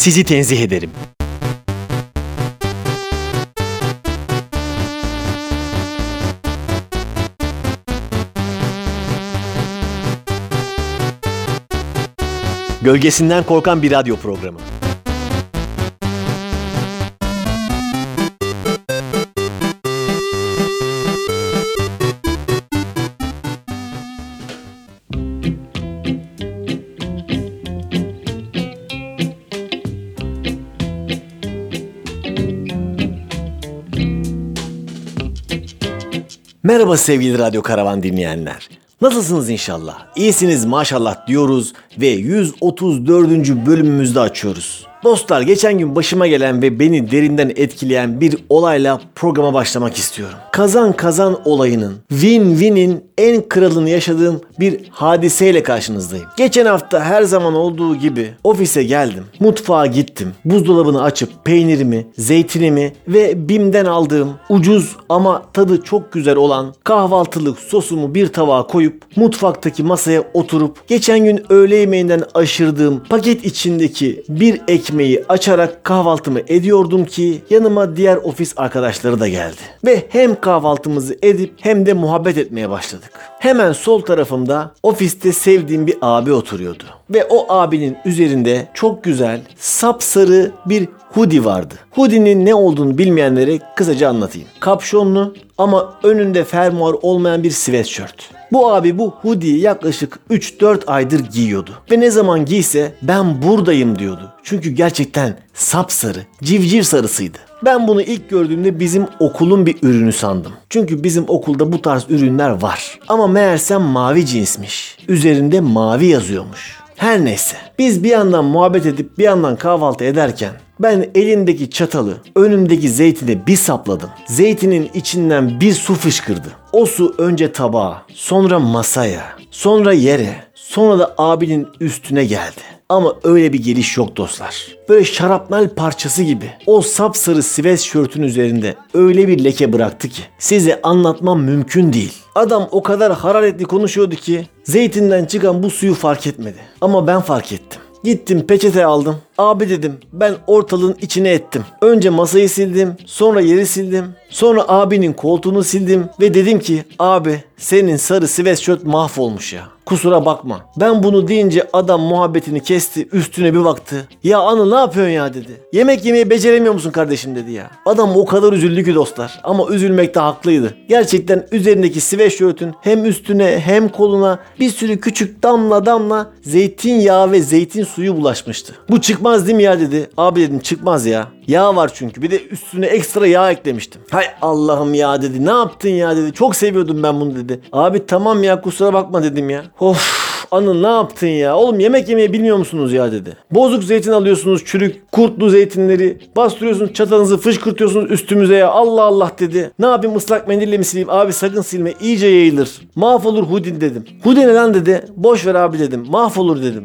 sizi tenzih ederim. Gölgesinden korkan bir radyo programı. Merhaba sevgili Radyo Karavan dinleyenler. Nasılsınız inşallah? İyisiniz maşallah diyoruz ve 134. bölümümüzde açıyoruz. Dostlar, geçen gün başıma gelen ve beni derinden etkileyen bir olayla programa başlamak istiyorum. Kazan kazan olayının, win-win'in en kralını yaşadığım bir hadiseyle karşınızdayım. Geçen hafta her zaman olduğu gibi ofise geldim. Mutfağa gittim. Buzdolabını açıp peynirimi, zeytinimi ve BİM'den aldığım ucuz ama tadı çok güzel olan kahvaltılık sosumu bir tabağa koyup mutfaktaki masaya oturup geçen gün öğle yemeğinden aşırdığım paket içindeki bir ekmeği açarak kahvaltımı ediyordum ki yanıma diğer ofis arkadaşları da geldi. Ve hem kahvaltımızı edip hem de muhabbet etmeye başladık. Hemen sol tarafımda ofiste sevdiğim bir abi oturuyordu. Ve o abinin üzerinde çok güzel sapsarı bir hoodie vardı. Hoodie'nin ne olduğunu bilmeyenlere kısaca anlatayım. Kapşonlu ama önünde fermuar olmayan bir sweatshirt. Bu abi bu hoodie'yi yaklaşık 3-4 aydır giyiyordu. Ve ne zaman giyse ben buradayım diyordu. Çünkü gerçekten sapsarı, civciv sarısıydı. Ben bunu ilk gördüğümde bizim okulun bir ürünü sandım. Çünkü bizim okulda bu tarz ürünler var. Ama meğersem mavi cinsmiş. Üzerinde mavi yazıyormuş. Her neyse. Biz bir yandan muhabbet edip bir yandan kahvaltı ederken ben elindeki çatalı önümdeki zeytine bir sapladım. Zeytinin içinden bir su fışkırdı. O su önce tabağa, sonra masaya, sonra yere, sonra da abinin üstüne geldi. Ama öyle bir geliş yok dostlar. Böyle şarapnel parçası gibi o sapsarı sweatshirt'ün üzerinde öyle bir leke bıraktı ki size anlatmam mümkün değil. Adam o kadar hararetli konuşuyordu ki zeytinden çıkan bu suyu fark etmedi. Ama ben fark ettim. Gittim peçete aldım. Abi dedim, ben ortalığın içine ettim. Önce masayı sildim, sonra yeri sildim. Sonra abinin koltuğunu sildim ve dedim ki abi senin sarı sweatshirt mahvolmuş ya. Kusura bakma. Ben bunu deyince adam muhabbetini kesti, üstüne bir baktı. Ya Anıl ne yapıyorsun ya dedi. Yemek yemeyi beceremiyor musun kardeşim dedi ya. Adam o kadar üzüldü ki dostlar. Ama üzülmekte haklıydı. Gerçekten üzerindeki sweatshirt'ün hem üstüne hem koluna bir sürü küçük damla zeytinyağı ve zeytin suyu bulaşmıştı. Bu çıkmaz değil mi ya dedi. Abi dedim çıkmaz ya. Yağ var çünkü. Bir de üstüne ekstra yağ eklemiştim. Hay Allah'ım ya dedi. Ne yaptın ya dedi. Çok seviyordum ben bunu dedi. Abi tamam ya kusura bakma dedim ya. Of Anıl ne yaptın ya? Oğlum yemek yemeyi bilmiyor musunuz ya dedi. Bozuk zeytin alıyorsunuz, çürük, kurtlu zeytinleri. Bastırıyorsunuz, çatalınızı fışkırtıyorsunuz üstümüze ya. Allah Allah dedi. Ne yapayım, ıslak mendille mi sileyim? Abi sakın silme, iyice yayılır. Mahvolur hoodie dedim. Hoodie ne lan dedi. Boş ver abi dedim. Mahvolur dedim.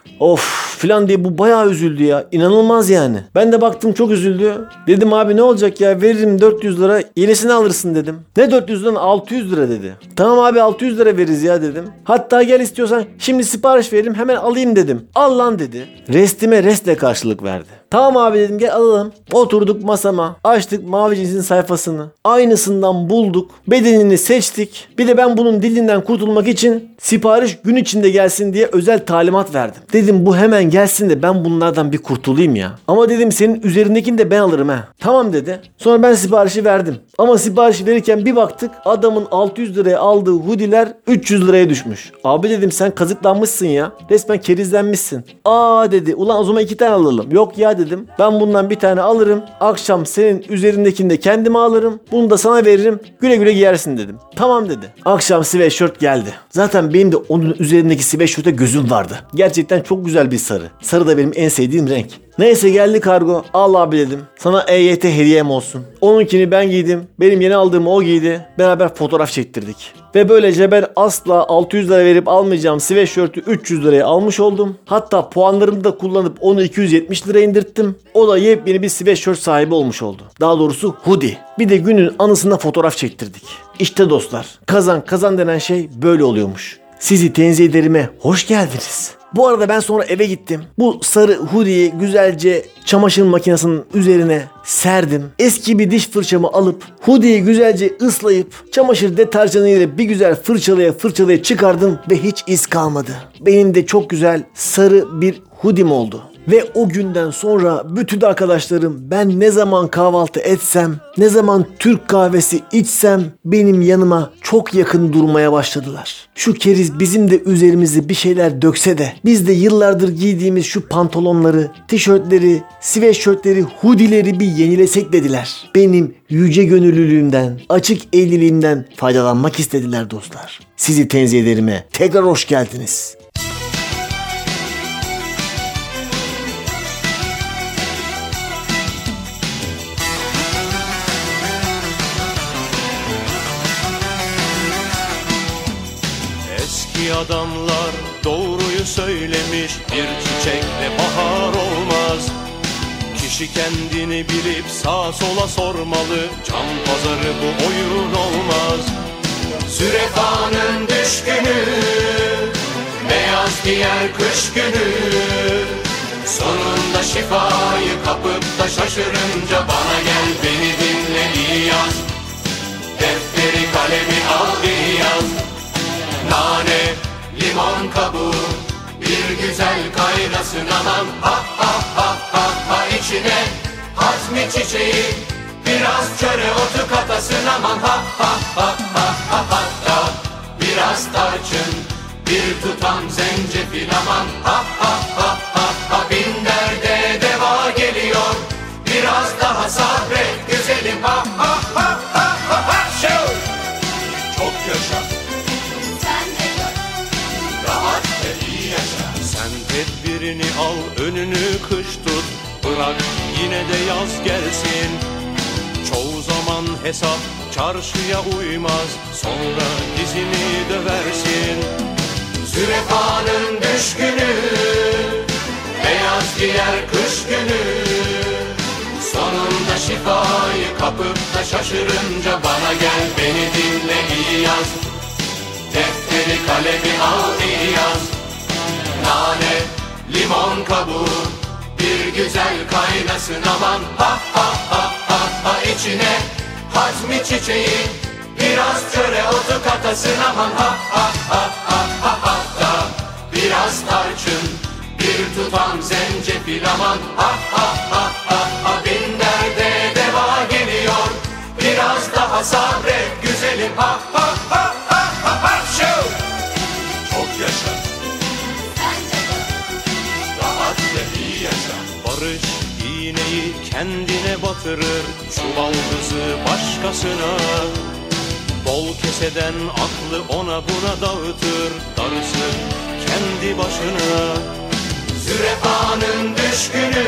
Of filan diye bu bayağı üzüldü ya. İnanılmaz yani. Ben de baktım çok üzüldü. Dedim abi ne olacak ya, veririm 400 lira yenisini alırsın dedim. Ne 400 liradan 600 lira dedi. Tamam abi 600 lira veririz ya dedim. Hatta gel istiyorsan şimdi sipariş veririm hemen alayım dedim. Al lan dedi. Restime restle karşılık verdi. Tamam abi dedim gel alalım. Oturduk masama. Açtık mavi cinsin sayfasını. Aynısından bulduk. Bedenini seçtik. Bir de ben bunun dilinden kurtulmak için sipariş gün içinde gelsin diye özel talimat verdim. Dedim bu hemen gelsin de ben bunlardan bir kurtulayım ya. Ama dedim senin üzerindekini de ben alırım ha. Tamam dedi. Sonra ben siparişi verdim. Ama siparişi verirken bir baktık adamın 600 liraya aldığı hoodie'ler 300 liraya düşmüş. Abi dedim sen kazıklanmışsın ya. Resmen kerizlenmişsin. Aa dedi. Ulan o zaman 2 tane alalım. Yok ya dedim. Ben bundan bir tane alırım. Akşam senin üzerindekini de kendime alırım. Bunu da sana veririm. Güle güle giyersin dedim. Tamam dedi. Akşam sweatshirt geldi. Zaten benim de onun üzerindeki sweatshirt'e gözüm vardı. Gerçekten çok güzel bir sarı. Sarı da benim en sevdiğim renk. Neyse geldi kargo. Al abi dedim. Sana EYT hediyem olsun. Onunkini ben giydim. Benim yeni aldığımı o giydi. Beraber fotoğraf çektirdik. Ve böylece ben asla 600 lira verip almayacağım sweatshirt'ü 300 liraya almış oldum. Hatta puanlarımı da kullanıp onu 270 liraya indirttim. O da yepyeni bir sweatshirt sahibi olmuş oldu. Daha doğrusu hoodie. Bir de günün anısına fotoğraf çektirdik. İşte dostlar, kazan kazan denen şey böyle oluyormuş. Sizi tenzih ederime hoş geldiniz. Bu arada ben sonra eve gittim. Bu sarı hoodie'yi güzelce çamaşır makinesinin üzerine serdim. Eski bir diş fırçamı alıp hoodie'yi güzelce ıslayıp çamaşır deterjanıyla bir güzel fırçalaya çıkardım ve hiç iz kalmadı. Benim de çok güzel sarı bir hoodie'm oldu. Ve o günden sonra bütün arkadaşlarım ben ne zaman kahvaltı etsem, ne zaman Türk kahvesi içsem benim yanıma çok yakın durmaya başladılar. Şu keriz bizim de üzerimize bir şeyler dökse de biz de yıllardır giydiğimiz şu pantolonları, tişörtleri, sweatshirtleri, hoodie'leri bir yenilesek dediler. Benim yüce gönüllülüğümden, açık elliliğimden faydalanmak istediler dostlar. Sizi tenzih ederime tekrar hoş geldiniz. Eski adamlar doğruyu söylemiş, bir çiçekle bahar olmaz. Kişi kendini bilip sağa sola sormalı, can pazarı bu oyun olmaz. Zürefanın düşkünü, beyaz giyer kış günü. Sonunda şifayı kapıp da şaşırınca bana gel beni dinle iyi yaz. Defteri kalemi al iyi yaz. Nane, limon kabuğu, bir güzel kaynasın aman. Ha ha ha ha ha içine hazmi çiçeği, biraz çöre otu katasın aman. Ha ha ha ha ha hatta biraz tarçın, bir tutam zencefil aman. Ha ha ha ha ha bin derde deva geliyor, biraz daha sabret güzelim. Ha ha ha ha ha ha show. Çok yaşa. Sen tedbirini al, önünü kış tut, bırak yine de yaz gelsin. Çoğu zaman hesap çarşıya uymaz, sonra dizini döversin. Zürefanın düşkünü, beyaz giyer kış günü. Sonunda şifayı kapıp da şaşırınca bana gel beni dinle iyi yaz. Defteri kalemi al iyi yaz. Nane, limon kabuğu, bir güzel kaynasın aman. Ha ha ha ha ha içine hazmi çiçeği, biraz çöre otu katasın aman. Ha ha ha ha ha hatta biraz tarçın, bir tutam zencefil aman. Ha ha ha ha ha bin derde deva geliyor, biraz daha sabret güzelim. Ha ha ha ha ha ha show. Çok yaşa. Barış iğneyi kendine batırır, çuval kızı başkasına. Bol keseden aklı ona buna dağıtır, darısı kendi başına. Zürefanın düşkünü,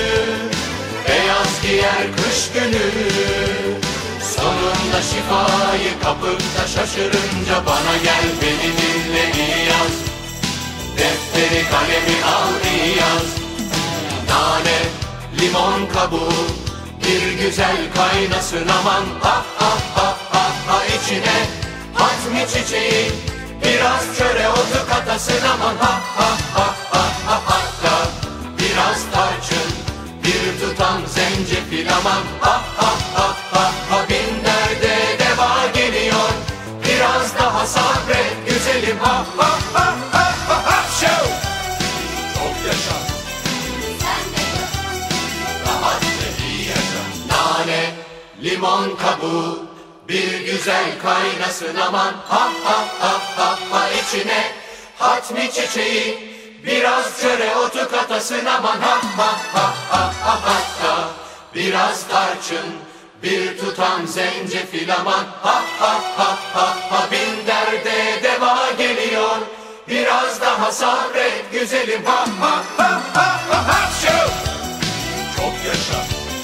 beyaz giyer kış günü. Sonunda şifayı kapıp da şaşırınca bana gel beni dinle iyi yaz. Defteri kalemi al iyi yaz. Nane, limon kabuğu, bir güzel kaynasın aman. Ha ha ha ha ha içine hazmi çiçeği, biraz çöre otu katasın aman. Ha ha ha ha ha hatta biraz tarçın, bir tutam zencefil aman. Ha ha ha ha ha bin derde deva geliyor, biraz daha sabret güzelim. Ha ha ha ha ha ha show. Çok yaşa. Nane, limon kabuğu, bir güzel kaynasın aman. Ha ha ha ha ha içine hatmi çiçeği, biraz çöre otu katasın aman. Ha ha ha ha ha hatta biraz tarçın, bir tutam zencefil aman. Ha ha ha ha ha bin derde deva geliyor, biraz daha sabret güzelim. Ha ha ha ha ha ha show. Çok yaşa.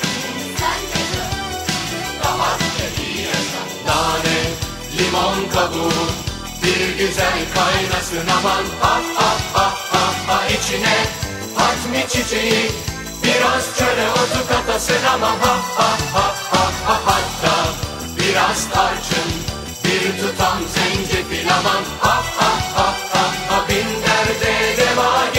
Nane, limon kabuğu, bir güzel kaynasın aman. Ha ha ha ha ha içine hatmi çiçeği, biraz çöre otu katasın aman. Ha ha ha ha ha hatta biraz tarçın, bir tutam zencefil aman. Ha ha ha ha ha bin derde deva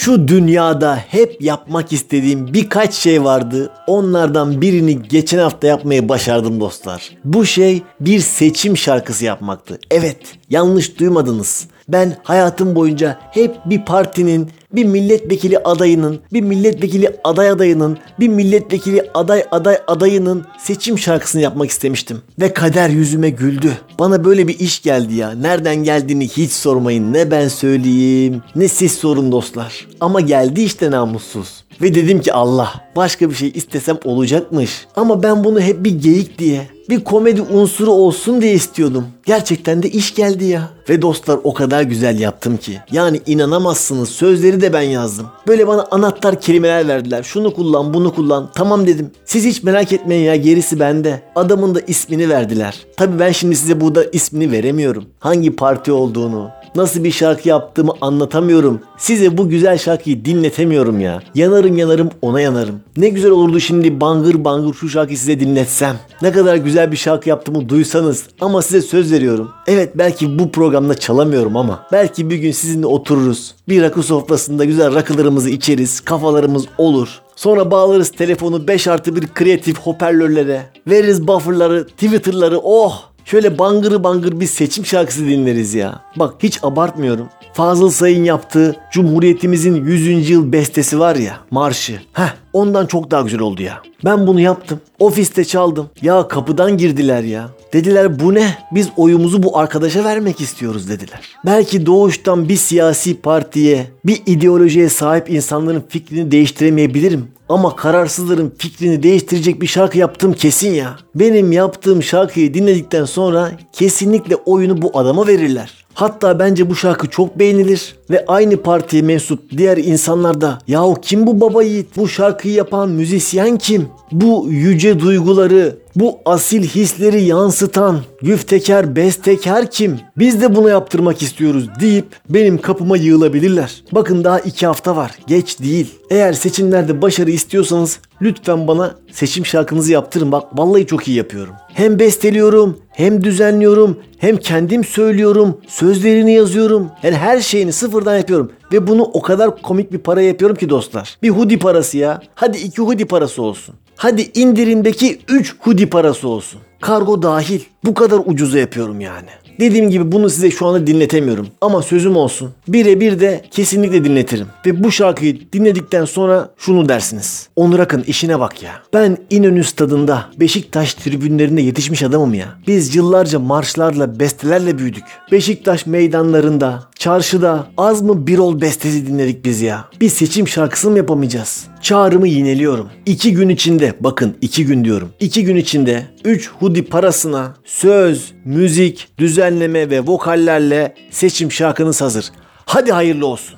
Şu dünyada hep yapmak istediğim birkaç şey vardı. Onlardan birini geçen hafta yapmayı başardım dostlar. Bu şey bir seçim şarkısı yapmaktı. Evet, yanlış duymadınız. Ben hayatım boyunca hep bir partinin, bir milletvekili adayının, bir milletvekili adayının, bir milletvekili adayının seçim şarkısını yapmak istemiştim. Ve kader yüzüme güldü. Bana böyle bir iş geldi ya. Nereden geldiğini hiç sormayın. Ne ben söyleyeyim, ne siz sorun dostlar. Ama geldi işte namussuz. Ve dedim ki Allah, başka bir şey istesem olacakmış. Ama ben bunu hep bir geyik diye, bir komedi unsuru olsun diye istiyordum. Gerçekten de iş geldi ya. Ve dostlar o kadar güzel yaptım ki. Yani inanamazsınız, sözleri de ben yazdım. Böyle bana anahtar kelimeler verdiler. Şunu kullan, bunu kullan. Tamam dedim. Siz hiç merak etmeyin ya, gerisi bende. Adamın da ismini verdiler. Tabii ben şimdi size burada ismini veremiyorum. Hangi parti olduğunu, nasıl bir şarkı yaptığımı anlatamıyorum. Size bu güzel şarkıyı dinletemiyorum ya. Yanarım ona yanarım. Ne güzel olurdu şimdi bangır bangır şu şarkıyı size dinletsem. Ne kadar güzel bir şarkı yaptığımı duysanız. Ama size söz veriyorum. Evet, belki bu programda çalamıyorum ama belki bir gün sizinle otururuz. Bir rakı sofrasında güzel rakılarımızı içeriz. Kafalarımız olur. Sonra bağlarız telefonu 5+1 kreatif hoparlörlere. Veririz bufferları, Twitter'ları. Oh! Şöyle bangır bangır bir seçim şarkısı dinleriz ya. Bak hiç abartmıyorum. Fazıl Say'ın yaptığı Cumhuriyetimizin 100. yıl bestesi var ya, marşı. Ondan çok daha güzel oldu ya. Ben bunu yaptım. Ofiste çaldım. Ya kapıdan girdiler ya. Dediler bu ne? Biz oyumuzu bu arkadaşa vermek istiyoruz dediler. Belki doğuştan bir siyasi partiye, bir ideolojiye sahip insanların fikrini değiştiremeyebilirim. Ama kararsızların fikrini değiştirecek bir şarkı yaptım kesin ya. Benim yaptığım şarkıyı dinledikten sonra kesinlikle oyunu bu adama verirler. Hatta bence bu şarkı çok beğenilir ve aynı partiye mensup diğer insanlar da yahu kim bu baba yiğit? Bu şarkıyı yapan müzisyen kim? Bu yüce duyguları, bu asil hisleri yansıtan güftekar, bestekar kim? Biz de bunu yaptırmak istiyoruz deyip benim kapıma yığılabilirler. Bakın daha 2 hafta var. Geç değil. Eğer seçimlerde başarı istiyorsanız lütfen bana seçim şarkınızı yaptırın. Bak vallahi çok iyi yapıyorum. Hem besteliyorum, hem düzenliyorum, hem kendim söylüyorum, sözlerini yazıyorum. Yani her şeyini sıfırdan yapıyorum. Ve bunu o kadar komik bir para yapıyorum ki dostlar. Bir hoodie parası ya. Hadi 2 hoodie parası olsun. Hadi indirimdeki 3 hoodie parası olsun. Kargo dahil. Bu kadar ucuza yapıyorum yani. Dediğim gibi bunu size şu anda dinletemiyorum. Ama sözüm olsun. Birebir de kesinlikle dinletirim. Ve bu şarkıyı dinledikten sonra şunu dersiniz. Onur Akın işine bak ya. Ben İnönü Stadı'nda Beşiktaş tribünlerinde yetişmiş adamım ya. Biz yıllarca marşlarla, bestelerle büyüdük. Beşiktaş meydanlarında, çarşıda az mı Birol bestesi dinledik biz ya. Bir seçim şarkısı mı yapamayacağız? Çağrımı yineliyorum. 2 gün içinde, bakın 2 gün diyorum. 2 gün içinde 3 hoodie parasına söz, müzik, düzenleme ve vokallerle seçim şarkınız hazır. Hadi hayırlı olsun.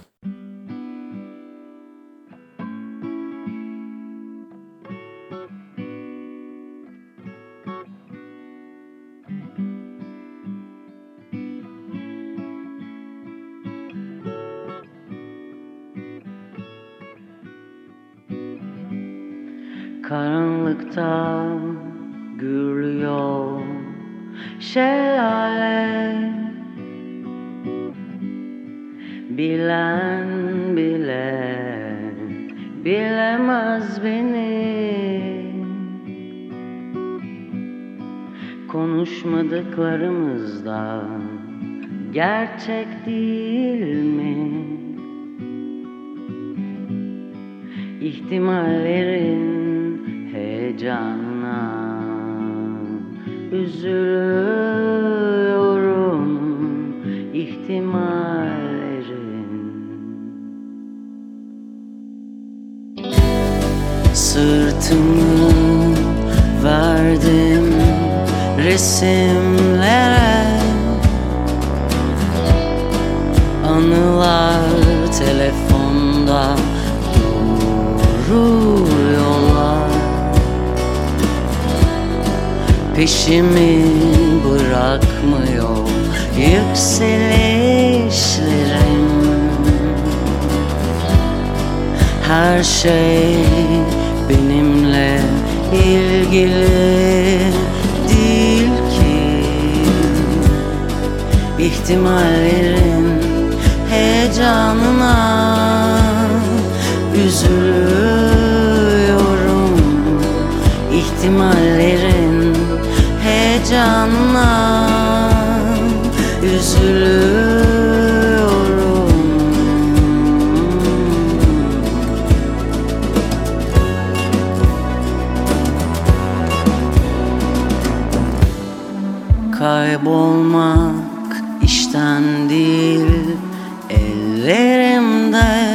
Karanlıkta gürlüyor şelale. Bilen bile bilemez beni. Konuşmadıklarımızda gerçek değil mi? İhtimallerin heyecanına üzülüyorum, ihtimallerin. Sırtımı verdim resimlere, anılar telefonda duruyorlar. Peşimi bırakmıyor yükselişlerim. Her şey benimle ilgili değil ki. İhtimallerin heyecanına Üzülüyorum ihtimallerin heyecanına. Üzülüyorum. Kaybolmak işten değil ellerimde.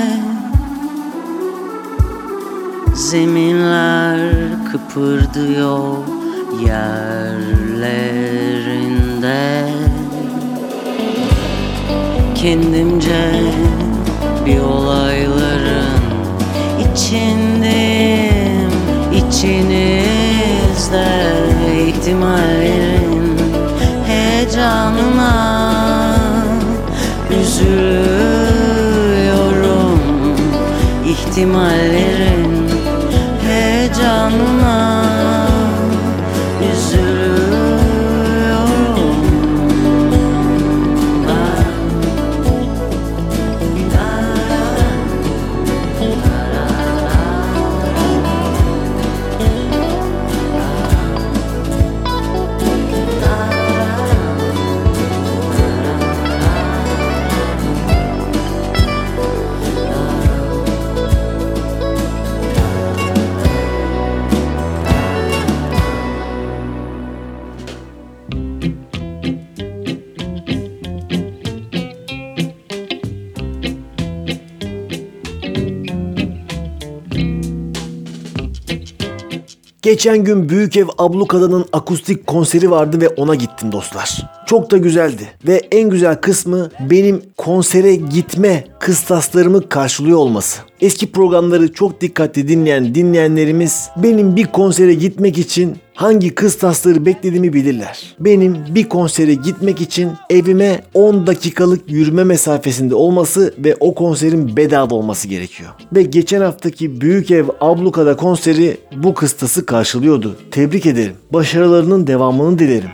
Zeminler kıpırdıyor yerlerinde. Kendimce bir olayların içindeyim, içinizde. İhtimallerin heyecanına üzülüyorum. İhtimallerin heyecanına üzülüyorum. Geçen gün Büyük Ev Ablukada'nın akustik konseri vardı ve ona gittim dostlar. Çok da güzeldi ve en güzel kısmı benim konsere gitme kıstaslarımı karşılıyor olması. Eski programları çok dikkatli dinleyen dinleyenlerimiz benim bir konsere gitmek için hangi kıstasları beklediğimi bilirler. Benim bir konsere gitmek için evime 10 dakikalık yürüme mesafesinde olması ve o konserin bedava olması gerekiyor. Ve geçen haftaki Büyük Ev Ablukada konseri bu kıstası karşılıyordu. Tebrik ederim. Başarılarının devamını dilerim.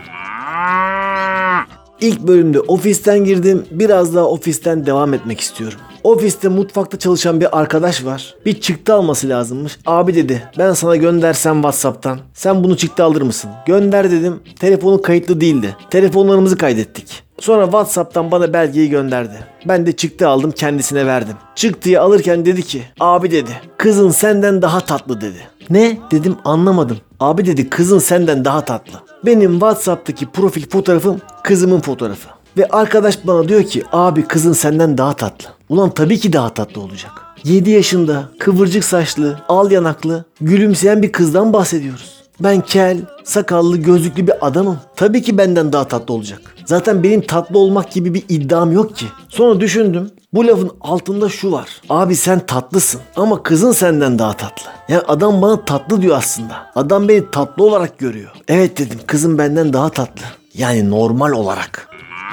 İlk bölümde ofisten girdim. Biraz daha ofisten devam etmek istiyorum. Ofiste mutfakta çalışan bir arkadaş var. Bir çıktı alması lazımmış. Abi dedi, ben sana göndersem WhatsApp'tan. Sen bunu çıktı alır mısın? Gönder dedim. Telefonu kayıtlı değildi. Telefonlarımızı kaydettik. Sonra WhatsApp'tan bana belgeyi gönderdi. Ben de çıktı aldım, kendisine verdim. Çıktıyı alırken dedi ki, abi dedi, kızın senden daha tatlı dedi. Ne? Dedim, anlamadım. Abi dedi, kızın senden daha tatlı. Benim WhatsApp'taki profil fotoğrafım kızımın fotoğrafı. Ve arkadaş bana diyor ki, abi kızın senden daha tatlı. Ulan tabii ki daha tatlı olacak. 7 yaşında, kıvırcık saçlı, al yanaklı, gülümseyen bir kızdan bahsediyoruz. Ben kel, sakallı, gözlüklü bir adamım. Tabii ki benden daha tatlı olacak. Zaten benim tatlı olmak gibi bir iddiam yok ki. Sonra düşündüm. Bu lafın altında şu var. Abi sen tatlısın ama kızın senden daha tatlı. Yani adam bana tatlı diyor aslında. Adam beni tatlı olarak görüyor. Evet dedim, kızım benden daha tatlı. Yani normal olarak.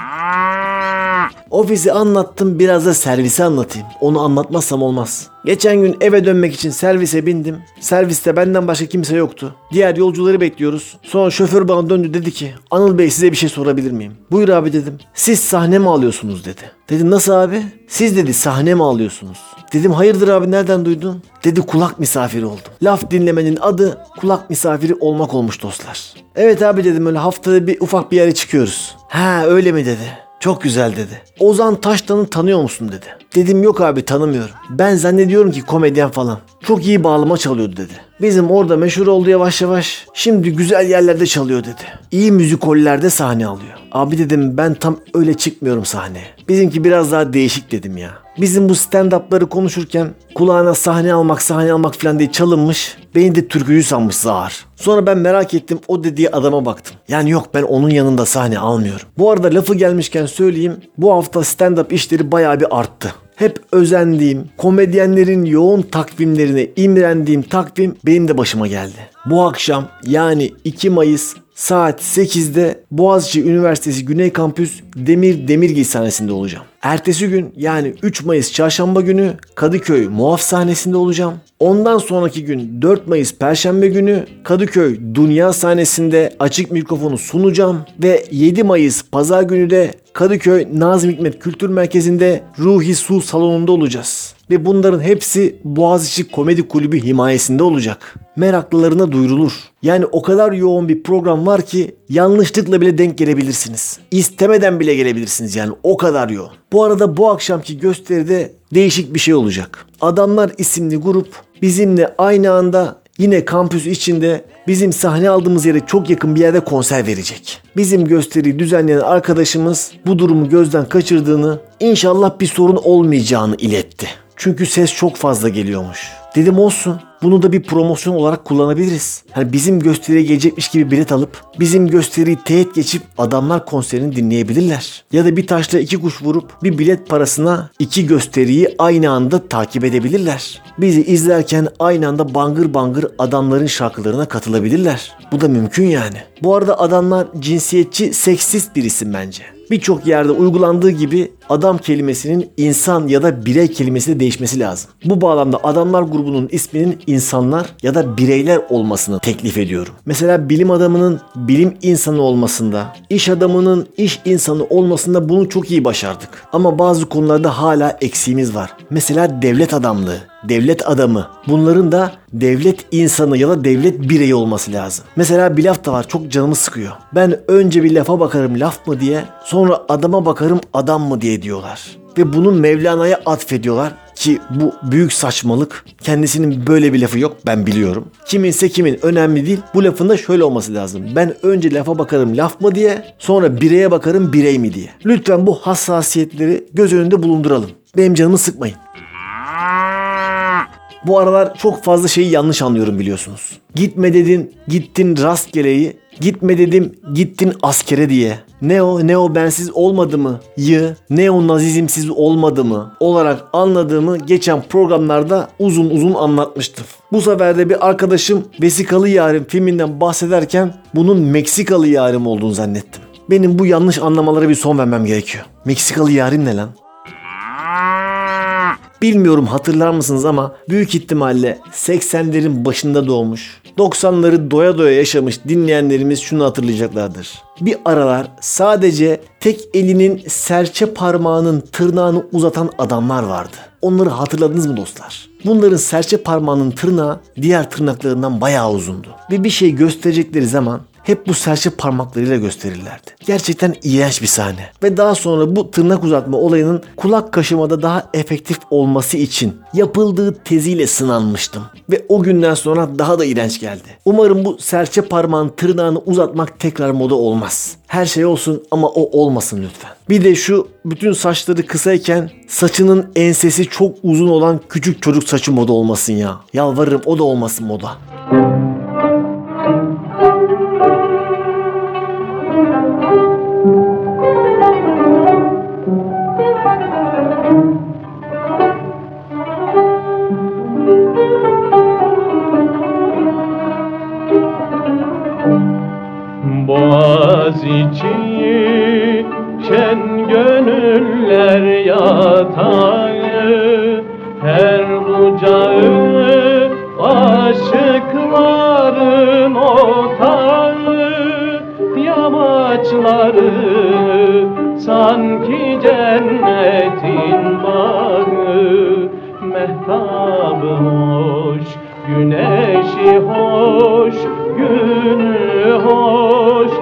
Ofisi anlattım, biraz da servisi anlatayım. Onu anlatmazsam olmaz. Geçen gün eve dönmek için servise bindim. Serviste benden başka kimse yoktu. Diğer yolcuları bekliyoruz. Sonra şoför bana döndü, dedi ki, Anıl Bey size bir şey sorabilir miyim? Buyur abi dedim. Siz sahne mi alıyorsunuz dedi. Dedim nasıl abi? Siz dedi sahne mi alıyorsunuz? Dedim hayırdır abi, nereden duydun? Dedi kulak misafiri oldum. Laf dinlemenin adı kulak misafiri olmak olmuş dostlar. Evet abi dedim, öyle haftada bir ufak bir yere çıkıyoruz. Ha öyle mi dedi. Çok güzel dedi. Ozan Taştan'ı tanıyor musun dedi. Dedim yok abi tanımıyorum. Ben zannediyorum ki komedyen falan. Çok iyi bağlama çalıyordu dedi. Bizim orada meşhur oldu yavaş yavaş. Şimdi güzel yerlerde çalıyor dedi. İyi müzikollerde sahne alıyor. Abi dedim ben tam öyle çıkmıyorum sahneye. Bizimki biraz daha değişik dedim ya. Bizim bu stand-up'ları konuşurken kulağına sahne almak falan diye çalınmış. Beni de türkücü sanmış zar. Sonra ben merak ettim, o dediği adama baktım. Yani yok, ben onun yanında sahne almıyorum. Bu arada lafı gelmişken söyleyeyim. Bu hafta stand-up işleri bayağı bir arttı. Hep özendiğim, komedyenlerin yoğun takvimlerine imrendiğim takvim benim de başıma geldi. Bu akşam yani 2 Mayıs saat 8'de Boğaziçi Üniversitesi Güney Kampüs Demir Demirgi sahnesinde olacağım. Ertesi gün yani 3 Mayıs Çarşamba günü Kadıköy Muaf sahnesinde olacağım. Ondan sonraki gün 4 Mayıs Perşembe günü Kadıköy Dünya sahnesinde açık mikrofonu sunacağım. Ve 7 Mayıs Pazar günü de Kadıköy Nazım Hikmet Kültür Merkezi'nde Ruhi Su salonunda olacağız. Ve bunların hepsi Boğaziçi Komedi Kulübü himayesinde olacak. Meraklılarına duyurulur. Yani o kadar yoğun bir program var ki yanlışlıkla bile denk gelebilirsiniz. İstemeden bile gelebilirsiniz yani o kadar yoğun. Bu arada bu akşamki gösteride değişik bir şey olacak. Adamlar isimli grup bizimle aynı anda yine kampüs içinde bizim sahne aldığımız yere çok yakın bir yerde konser verecek. Bizim gösteriyi düzenleyen arkadaşımız bu durumu gözden kaçırdığını, inşallah bir sorun olmayacağını iletti. Çünkü ses çok fazla geliyormuş. Dedim olsun. Bunu da bir promosyon olarak kullanabiliriz. Hani bizim gösteriye gelecekmiş gibi bilet alıp bizim gösteriyi teğet geçip adamlar konserini dinleyebilirler. Ya da bir taşla iki kuş vurup bir bilet parasına iki gösteriyi aynı anda takip edebilirler. Bizi izlerken aynı anda bangır bangır adamların şarkılarına katılabilirler. Bu da mümkün yani. Bu arada adamlar cinsiyetçi, seksist bir isim bence. Birçok yerde uygulandığı gibi adam kelimesinin insan ya da birey kelimesine değişmesi lazım. Bu bağlamda adamlar grubunun isminin insanlar ya da bireyler olmasını teklif ediyorum. Mesela bilim adamının bilim insanı olmasında, iş adamının iş insanı olmasında bunu çok iyi başardık. Ama bazı konularda hala eksiğimiz var. Mesela devlet adamlığı, devlet adamı. Bunların da devlet insanı ya da devlet bireyi olması lazım. Mesela bir laf da var, çok canımı sıkıyor. Ben önce bir lafa bakarım laf mı diye, sonra adama bakarım adam mı diye diyorlar. Ve bunu Mevlana'ya atfediyorlar ki bu büyük saçmalık. Kendisinin böyle bir lafı yok, ben biliyorum. Kiminse kimin önemli değil. Bu lafın da şöyle olması lazım. Ben önce lafa bakarım laf mı diye, sonra bireye bakarım birey mi diye. Lütfen bu hassasiyetleri göz önünde bulunduralım. Benim canımı sıkmayın. Bu aralar çok fazla şeyi yanlış anlıyorum biliyorsunuz. Gitme dedin, gittin rastgeleyi. Gitme dedim, gittin askere diye. Ne o bensiz olmadı mı? Ne o nazizmsiz olmadı mı? Olarak anladığımı geçen programlarda uzun uzun anlatmıştım. Bu sefer de bir arkadaşım Vesikalı Yarim filminden bahsederken bunun Meksikalı Yarim olduğunu zannettim. Benim bu yanlış anlamalara bir son vermem gerekiyor. Meksikalı Yarim ne lan? Bilmiyorum hatırlar mısınız ama büyük ihtimalle 80'lerin başında doğmuş, 90'ları doya doya yaşamış dinleyenlerimiz şunu hatırlayacaklardır. Bir aralar sadece tek elinin serçe parmağının tırnağını uzatan adamlar vardı. Onları hatırladınız mı dostlar? Bunların serçe parmağının tırnağı diğer tırnaklarından bayağı uzundu. Ve bir şey gösterecekleri zaman hep bu serçe parmaklarıyla gösterirlerdi. Gerçekten iğrenç bir sahne. Ve daha sonra bu tırnak uzatma olayının kulak kaşımada daha efektif olması için yapıldığı teziyle sınanmıştım. Ve o günden sonra daha da iğrenç geldi. Umarım bu serçe parmağın tırnağını uzatmak tekrar moda olmaz. Her şey olsun ama o olmasın lütfen. Bir de şu bütün saçları kısayken saçının ensesi çok uzun olan küçük çocuk saçı moda olmasın ya. Yalvarırım o da olmasın moda. Boğaziçi şen gönüller yatağı, her bucağı aşıkların otağı, yamaçları sanki cennetin bağı, mehtabı hoş, güneşi hoş, günü hoş,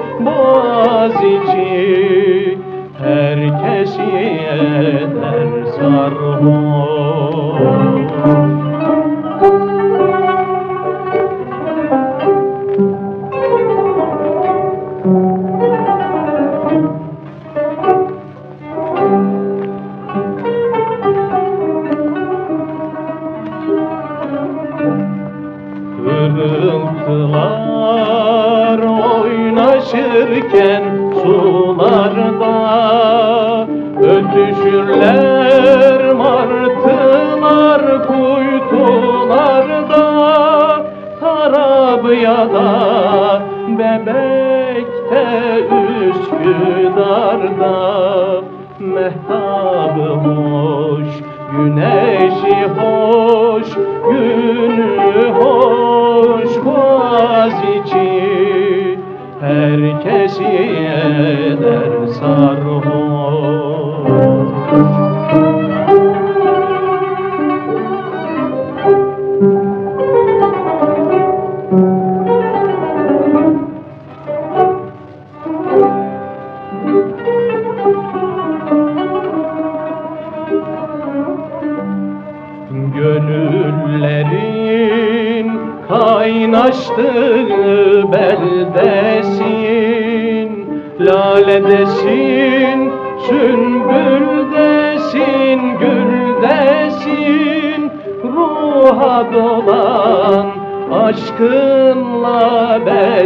Boğaziçi herkesi eder sarhoş. Hırıltılar oynaşırken sularda, ötüşürler martılar kuytularda, Tarabya'da, Bebek'te, Üsküdar'da, Mehtabı hoş, güneşi hoş, günü hoş, boğaz içi herkesi eder sarhoş. Gönüllerin kaynaştığı beldesin, laledesin, sünbüldesin, güldesin, ruha dolan aşkınla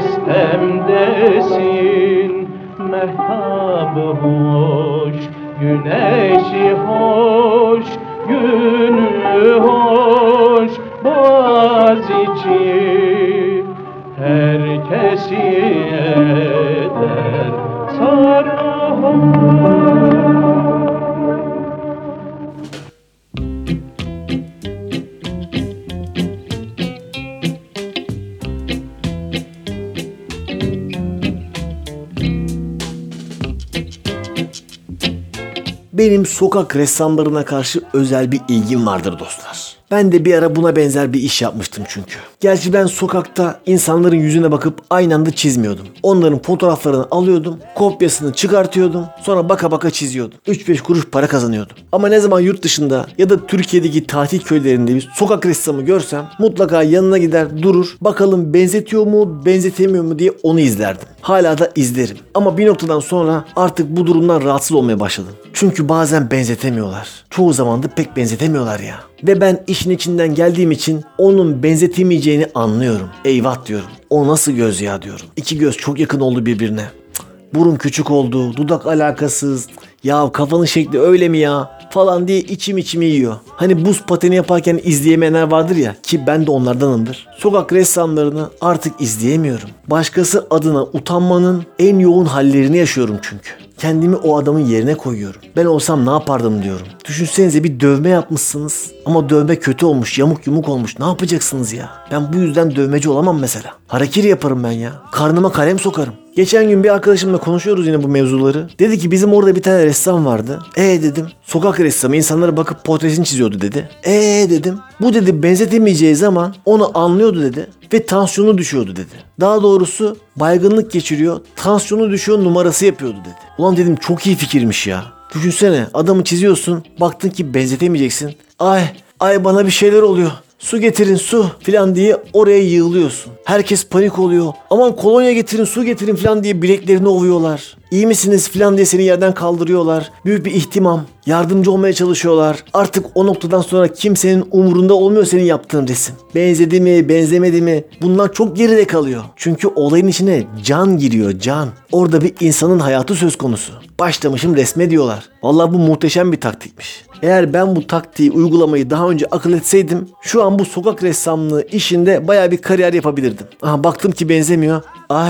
bestemdesin. Mehtabı hoş, güneşi hoş, günü hoş, boğaz içi herkesi eder sarhoş. Benim sokak ressamlarına karşı özel bir ilgim vardır dostlar. Ben de bir ara buna benzer bir iş yapmıştım çünkü. Gerçi ben sokakta insanların yüzüne bakıp aynı anda çizmiyordum. Onların fotoğraflarını alıyordum, kopyasını çıkartıyordum, sonra baka baka çiziyordum. 3-5 kuruş para kazanıyordum. Ama ne zaman yurt dışında ya da Türkiye'deki tatil köylerinde bir sokak ressamı görsem mutlaka yanına gider durur, bakalım benzetiyor mu, benzetemiyor mu diye onu izlerdim. Hala da izlerim. Ama bir noktadan sonra artık bu durumdan rahatsız olmaya başladım. Çünkü bazen benzetemiyorlar. Çoğu zaman da pek benzetemiyorlar ya. Ve ben işin içinden geldiğim için onun benzetemeyeceğini anlıyorum. Eyvah diyorum. O nasıl göz ya diyorum. İki göz çok yakın oldu birbirine. Burun küçük oldu, dudak alakasız. Ya kafanın şekli öyle mi ya falan diye içimi yiyor. Hani buz pateni yaparken izleyemeyenler vardır ya, ki ben de onlardanımdır. Sokak ressamlarını artık izleyemiyorum. Başkası adına utanmanın en yoğun hallerini yaşıyorum çünkü. Kendimi o adamın yerine koyuyorum. Ben olsam ne yapardım diyorum. Düşünsenize, bir dövme yapmışsınız ama dövme kötü olmuş, yamuk yumuk olmuş. Ne yapacaksınız ya? Ben bu yüzden dövmeci olamam mesela. Harakiri yaparım ben ya. Karnıma kalem sokarım. Geçen gün bir arkadaşımla konuşuyoruz yine bu mevzuları. Dedi ki bizim orada bir tane ressam vardı. Dedim. Sokak ressamı, insanlara bakıp portresini çiziyordu dedi. Dedim. Bu dedi benzetemeyeceği zaman onu anlıyordu dedi. Ve tansiyonu düşüyordu dedi. Daha doğrusu baygınlık geçiriyor, tansiyonu düşüyor numarası yapıyordu dedi. Ulan dedim çok iyi fikirmiş ya. Düşünsene, adamı çiziyorsun, baktın ki benzetemeyeceksin. Ay bana bir şeyler oluyor. Su getirin su filan diye oraya yığılıyorsun. Herkes panik oluyor. Aman kolonya getirin, su getirin filan diye bileklerini ovuyorlar. İyi misiniz filan diye seni yerden kaldırıyorlar. Büyük bir ihtimam. Yardımcı olmaya çalışıyorlar. Artık o noktadan sonra kimsenin umurunda olmuyor senin yaptığın resim. Benzedi mi, benzemedi mi? Bunlar çok geride kalıyor. Çünkü olayın içine can giriyor, can. Orada bir insanın hayatı söz konusu. Başlamışım resme diyorlar. Vallahi bu muhteşem bir taktikmiş. Eğer ben bu taktiği, uygulamayı daha önce akıl etseydim, şu an bu sokak ressamlığı işinde bayağı bir kariyer yapabilirdim. Baktım ki benzemiyor.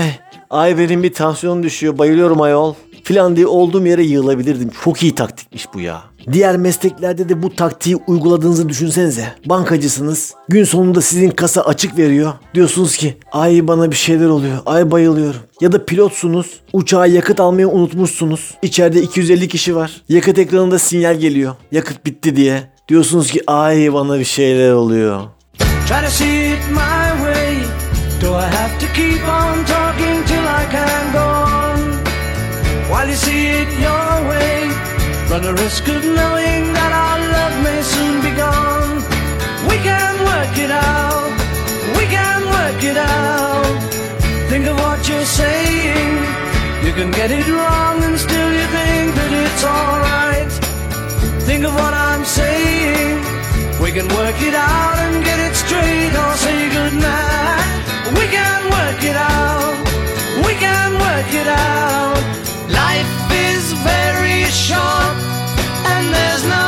Ay benim bir tansiyonum düşüyor, bayılıyorum ayol filan diye olduğum yere yığılabilirdim. Çok iyi taktikmiş bu ya. Diğer mesleklerde de bu taktiği uyguladığınızı düşünsenize. Bankacısınız. Gün sonunda sizin kasa açık veriyor. Diyorsunuz ki ay bana bir şeyler oluyor. Ay bayılıyorum. Ya da pilotsunuz. Uçağa yakıt almayı unutmuşsunuz. İçeride 250 kişi var. Yakıt ekranında sinyal geliyor. Yakıt bitti diye. Diyorsunuz ki ay bana bir şeyler oluyor. Try to see it my way. Do I have to keep on talking till I can go on? While you see it your way, run the risk of knowing that our love may soon be gone. We can work it out. We can work it out. Think of what you're saying. You can get it wrong and still you think that it's alright. Think of what I'm saying. We can work it out and get it straight or say goodnight. We can work it out. We can work it out. Life is very short and there's no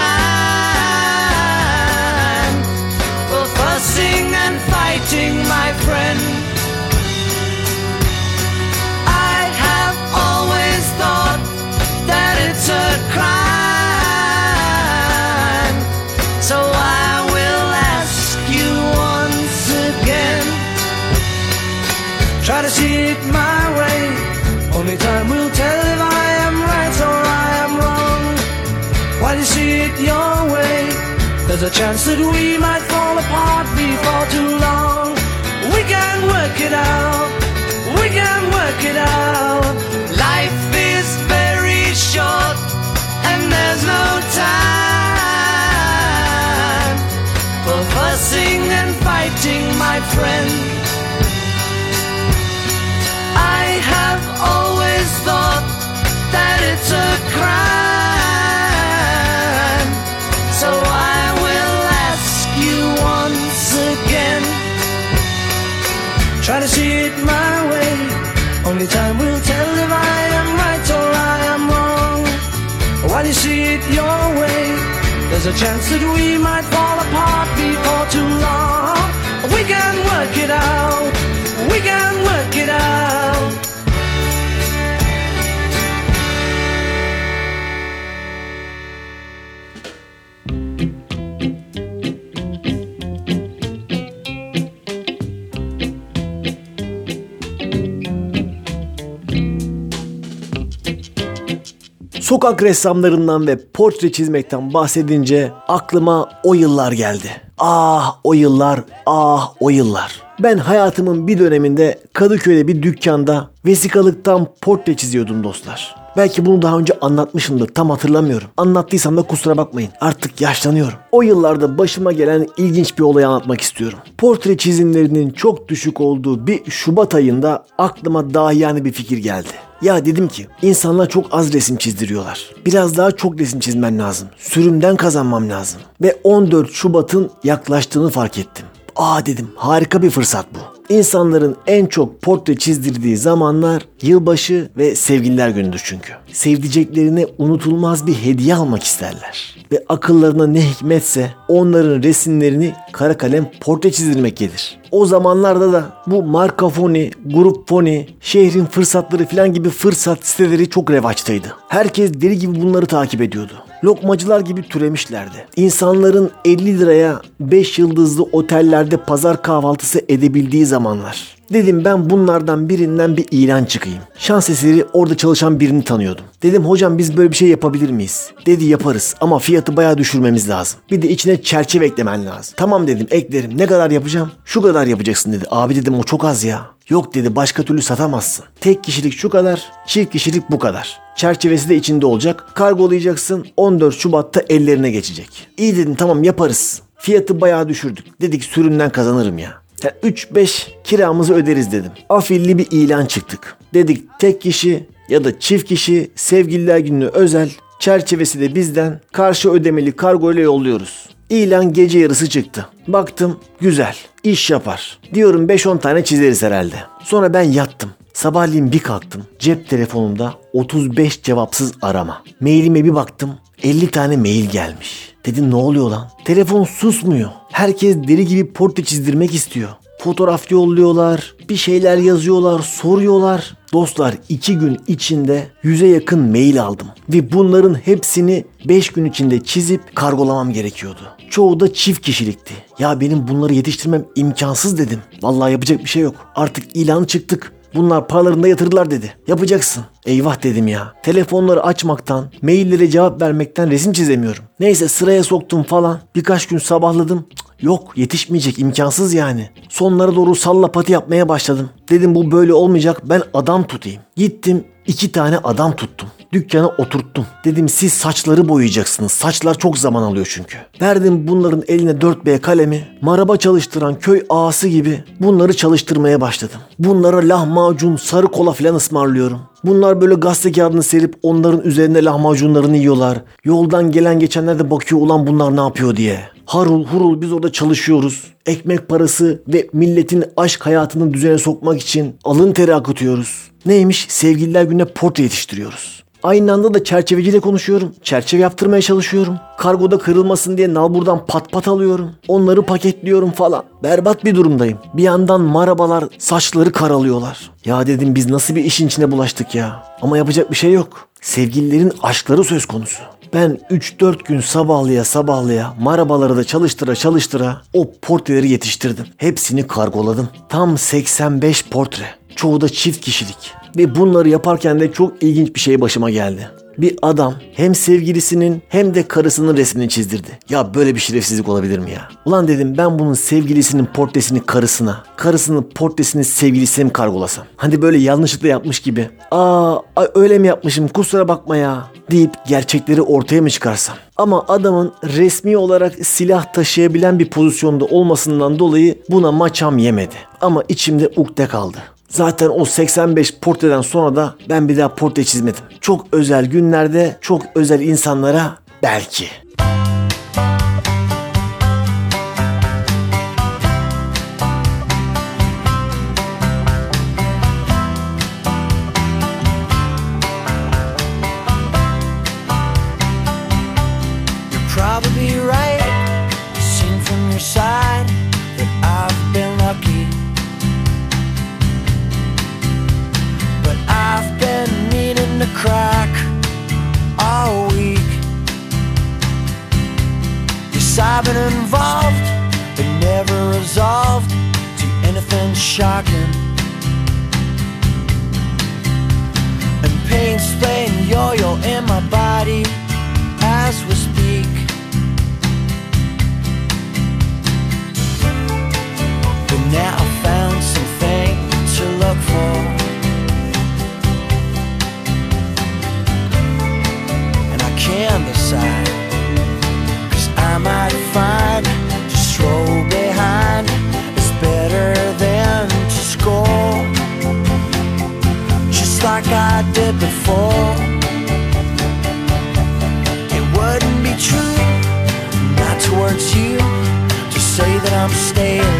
time for fussing and fighting, my friend. I have always thought that it's a crime see it my way? Only time will tell if I am right or I am wrong. While you see it your way, there's a chance that we might fall apart before too long. We can work it out. We can work it out. Life is very short and there's no time for fussing and fighting, my friend. I have always thought that it's a crime, so I will ask you once again. Try to see it my way. Only time will tell if I am right or I am wrong. While you see it your way, there's a chance that we might fall apart before too long. We can work it out. We can work it out. Sokak ressamlarından ve portre çizmekten bahsedince aklıma o yıllar geldi. Ah o yıllar, ah o yıllar. Ben hayatımın bir döneminde Kadıköy'de bir dükkanda vesikalıktan portre çiziyordum dostlar. Belki bunu daha önce anlatmışımdır, tam hatırlamıyorum. Anlattıysam da kusura bakmayın, artık yaşlanıyorum. O yıllarda başıma gelen ilginç bir olayı anlatmak istiyorum. Portre çizimlerinin çok düşük olduğu bir Şubat ayında aklıma dahiyane bir fikir geldi. Ya dedim ki insanlar çok az resim çizdiriyorlar. Biraz daha çok resim çizmen lazım. Sürümden kazanmam lazım. Ve 14 Şubat'ın yaklaştığını fark ettim. Aa dedim, harika bir fırsat bu. İnsanların en çok portre çizdirdiği zamanlar yılbaşı ve sevgililer günüdür çünkü. Sevdiceklerine unutulmaz bir hediye almak isterler. Ve akıllarına ne hikmetse onların resimlerini kara kalem portre çizdirmek gelir. O zamanlarda da bu marka foni, grup foni, şehrin fırsatları falan gibi fırsat siteleri çok revaçtaydı. Herkes deli gibi bunları takip ediyordu. Lokmacılar gibi türemişlerdi. İnsanların 50 liraya 5 yıldızlı otellerde pazar kahvaltısı edebildiği zamanlar. Dedim ben bunlardan birinden bir ilan çıkayım. Şans eseri orada çalışan birini tanıyordum. Dedim hocam biz böyle bir şey yapabilir miyiz? Dedi yaparız ama fiyatı bayağı düşürmemiz lazım. Bir de içine çerçeve eklemen lazım. Tamam dedim eklerim. Ne kadar yapacağım? Şu kadar yapacaksın dedi. Abi dedim o çok az ya. Yok dedi başka türlü satamazsın. Tek kişilik şu kadar, çift kişilik bu kadar. Çerçevesi de içinde olacak. Kargolayacaksın 14 Şubat'ta ellerine geçecek. İyi dedim tamam yaparız. Fiyatı bayağı düşürdük. Dedik sürümden kazanırım ya. 3-5 kiramızı öderiz dedim. Afilli bir ilan çıktık. Dedik tek kişi ya da çift kişi sevgililer gününe özel. Çerçevesi de bizden. Karşı ödemeli kargo ile yolluyoruz. İlan gece yarısı çıktı. Baktım güzel. İş yapar. Diyorum 5-10 tane çizeriz herhalde. Sonra ben yattım. Sabahleyin bir kalktım. Cep telefonumda 35 cevapsız arama. Mailime bir baktım. 50 tane mail gelmiş. Dedim ne oluyor lan? Telefon susmuyor. Herkes deli gibi portre çizdirmek istiyor. Fotoğraf yolluyorlar, bir şeyler yazıyorlar, soruyorlar. Dostlar 2 gün içinde 100'e yakın mail aldım. Ve bunların hepsini 5 gün içinde çizip kargolamam gerekiyordu. Çoğu da çift kişilikti. Ya benim bunları yetiştirmem imkansız dedim. Vallahi yapacak bir şey yok. Artık ilan çıktık. Bunlar paralarını da yatırırlar dedi. Yapacaksın. Eyvah dedim ya. Telefonları açmaktan, maillere cevap vermekten resim çizemiyorum. Neyse sıraya soktum falan. Birkaç gün sabahladım. Yok yetişmeyecek imkansız yani. Sonlara doğru salla pati yapmaya başladım. Dedim bu böyle olmayacak ben adam tutayım. Gittim 2 tane adam tuttum. Dükkana oturttum. Dedim siz saçları boyayacaksınız. Saçlar çok zaman alıyor çünkü. Verdim bunların eline 4B kalemi. Maraba çalıştıran köy ağası gibi bunları çalıştırmaya başladım. Bunlara lahmacun, sarı kola falan ısmarlıyorum. Bunlar böyle gazete kağıdını serip onların üzerine lahmacunlarını yiyorlar. Yoldan gelen geçenler de bakıyor ulan bunlar ne yapıyor diye. Harul hurul biz orada çalışıyoruz. Ekmek parası ve milletin aşk hayatını düzene sokmak için alın teri akıtıyoruz. Neymiş? Sevgililer gününe portre yetiştiriyoruz. Aynı anda da çerçeveciyle konuşuyorum. Çerçeve yaptırmaya çalışıyorum. Kargoda kırılmasın diye nalburdan pat pat alıyorum. Onları paketliyorum falan. Berbat bir durumdayım. Bir yandan marabalar saçları karalıyorlar. Ya dedim biz nasıl bir işin içine bulaştık ya. Ama yapacak bir şey yok. Sevgililerin aşkları söz konusu. Ben 3-4 gün sabahlaya marabaları da çalıştıra o portreleri yetiştirdim. Hepsini kargoladım. Tam 85 portre. Çoğu da çift kişilik. Ve bunları yaparken de çok ilginç bir şey başıma geldi. Bir adam hem sevgilisinin hem de karısının resmini çizdirdi. Ya böyle bir şerefsizlik olabilir mi ya? Ulan dedim, ben bunun sevgilisinin portresini karısına, karısının portresini sevgilisine mi kargolasam? Hani böyle yanlışlıkla yapmış gibi. Öyle mi yapmışım, kusura bakma ya deyip gerçekleri ortaya mı çıkarsam? Ama adamın resmi olarak silah taşıyabilen bir pozisyonda olmasından dolayı buna maçam yemedi. Ama içimde ukde kaldı. Zaten o 85 portreden sonra da ben bir daha portre çizmedim. Çok özel günlerde, çok özel insanlara belki. You're probably right. Seen from your side that I've been lucky. I've been meaning to crack all week. Yes, I've been involved, but never resolved to anything shocking. And pain's playing yo-yo in my body as we speak. But now I found something to look for. Can decide, 'cause I might find to stroll behind is better than to score, just like I did before. It wouldn't be true, not towards you, to say that I'm staying.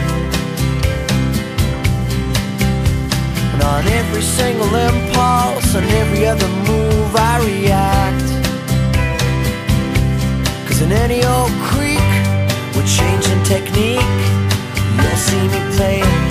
And on every single impulse, on every other move I react. In any old creek with changing technique, you'll see me playing.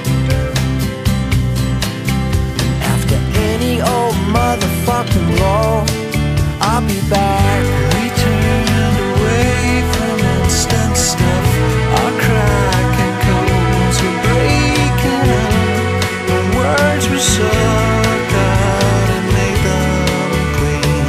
After any old motherfucking roll, I'll be back. We turned away from instant stuff. Our cracking codes were breaking up. When words were sucked out and made them clean.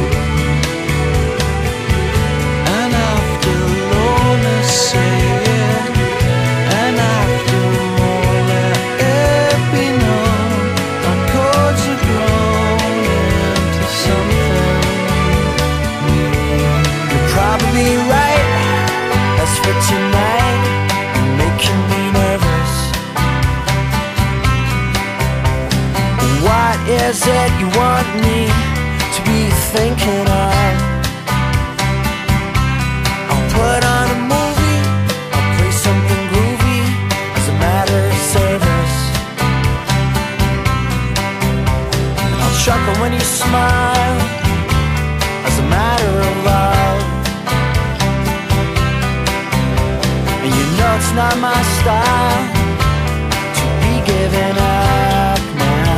And after more, let it be known, our chords are grown into something new. You're probably right, as for tonight, you're making me nervous. What is it you want me to be thinking of? I'll put on a movie, I'll play something groovy as a matter of service. And I'll chuckle when you smile as a matter of love. And you know it's not my style to be giving up now.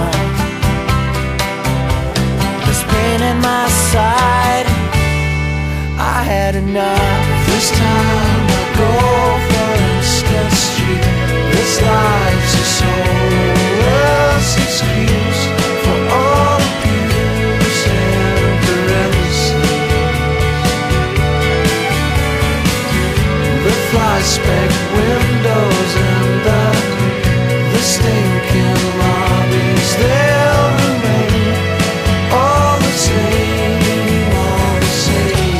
There's pain in my side, I had enough. This time I go for Instant Street. This life's a soulless excuse for all abuse and parentheses. The fly speck windows and the stinking lobbies, they'll remain all the same, all the same.